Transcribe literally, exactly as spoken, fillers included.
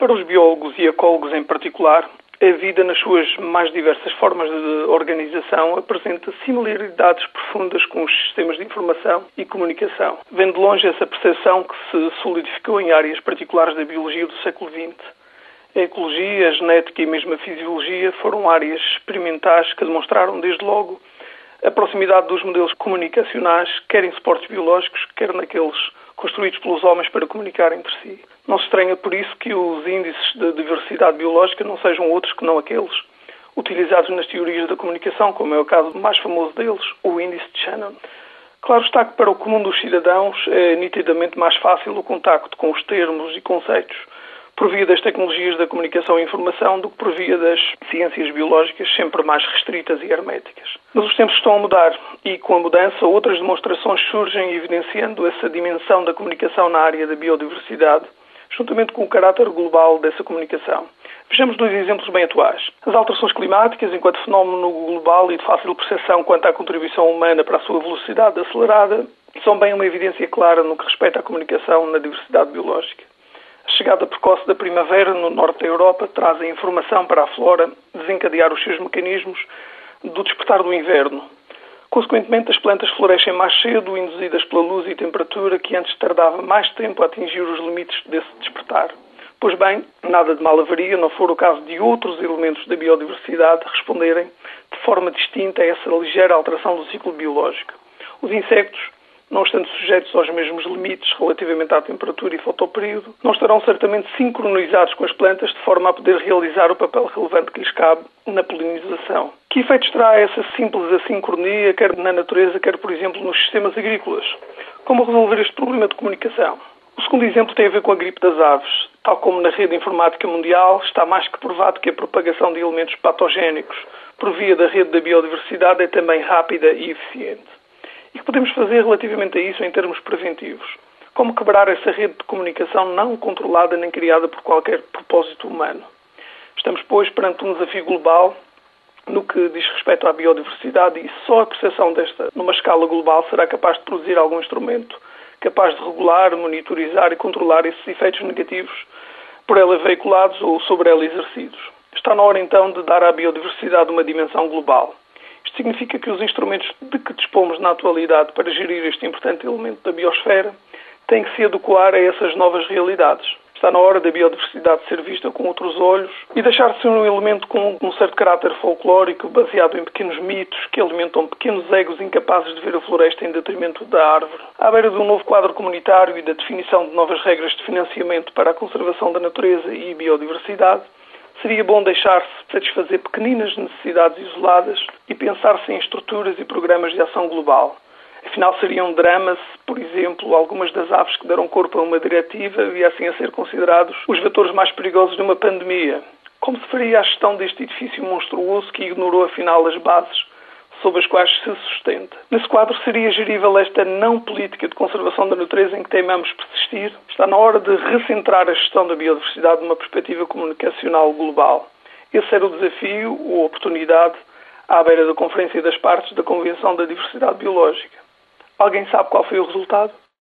Para os biólogos e ecólogos em particular, a vida nas suas mais diversas formas de organização apresenta similaridades profundas com os sistemas de informação e comunicação. Vem de longe essa percepção que se solidificou em áreas particulares da biologia do século vinte. A ecologia, a genética e mesmo a fisiologia foram áreas experimentais que demonstraram desde logo a proximidade dos modelos comunicacionais, quer em suportes biológicos, quer naqueles construídos pelos homens para comunicar entre si. Não se estranha por isso que os índices de diversidade biológica não sejam outros que não aqueles utilizados nas teorias da comunicação, como é o caso mais famoso deles, o índice de Shannon. Claro está que para o comum dos cidadãos é nitidamente mais fácil o contacto com os termos e conceitos por via das tecnologias da comunicação e informação do que por via das ciências biológicas, sempre mais restritas e herméticas. Mas os tempos estão a mudar e, com a mudança, outras demonstrações surgem evidenciando essa dimensão da comunicação na área da biodiversidade, juntamente com o caráter global dessa comunicação. Vejamos dois exemplos bem atuais. As alterações climáticas, enquanto fenómeno global e de fácil percepção quanto à contribuição humana para a sua velocidade acelerada, são bem uma evidência clara no que respeita à comunicação na diversidade biológica. A chegada precoce da primavera no norte da Europa traz a informação para a flora desencadear os seus mecanismos do despertar do inverno. Consequentemente, as plantas florescem mais cedo, induzidas pela luz e temperatura que antes tardava mais tempo a atingir os limites desse despertar. Pois bem, nada de mal haveria, não for o caso de outros elementos da biodiversidade responderem de forma distinta a essa ligeira alteração do ciclo biológico. Os insectos, não estando sujeitos aos mesmos limites relativamente à temperatura e fotoperíodo, não estarão certamente sincronizados com as plantas de forma a poder realizar o papel relevante que lhes cabe na polinização. Que efeitos terá essa simples assincronia, quer na natureza, quer, por exemplo, nos sistemas agrícolas? Como resolver este problema de comunicação? O segundo exemplo tem a ver com a gripe das aves. Tal como na rede informática mundial, está mais que provado que a propagação de elementos patogénicos por via da rede da biodiversidade é também rápida e eficiente. E que podemos fazer relativamente a isso em termos preventivos? Como quebrar essa rede de comunicação não controlada nem criada por qualquer propósito humano? Estamos, pois, perante um desafio global no que diz respeito à biodiversidade e só a percepção desta numa escala global será capaz de produzir algum instrumento capaz de regular, monitorizar e controlar esses efeitos negativos por ela veiculados ou sobre ela exercidos. Está na hora, então, de dar à biodiversidade uma dimensão global. Isto significa que os instrumentos de que dispomos na atualidade para gerir este importante elemento da biosfera têm que se adequar a essas novas realidades. Está na hora da biodiversidade ser vista com outros olhos e deixar de ser um elemento com um certo caráter folclórico, baseado em pequenos mitos que alimentam pequenos egos incapazes de ver a floresta em detrimento da árvore. À beira de um novo quadro comunitário e da definição de novas regras de financiamento para a conservação da natureza e biodiversidade, seria bom deixar-se satisfazer pequeninas necessidades isoladas e pensar-se em estruturas e programas de ação global. Afinal, seria um drama se, por exemplo, algumas das aves que deram corpo a uma diretiva viessem a ser considerados os vetores mais perigosos de uma pandemia. Como se faria a gestão deste edifício monstruoso que ignorou, afinal, as bases sob as quais se sustenta? Nesse quadro, seria gerível esta não política de conservação da natureza em que teimamos persistir? Está na hora de recentrar a gestão da biodiversidade numa perspectiva comunicacional global. Esse era o desafio ou oportunidade à beira da Conferência das Partes da Convenção da Diversidade Biológica. Alguém sabe qual foi o resultado?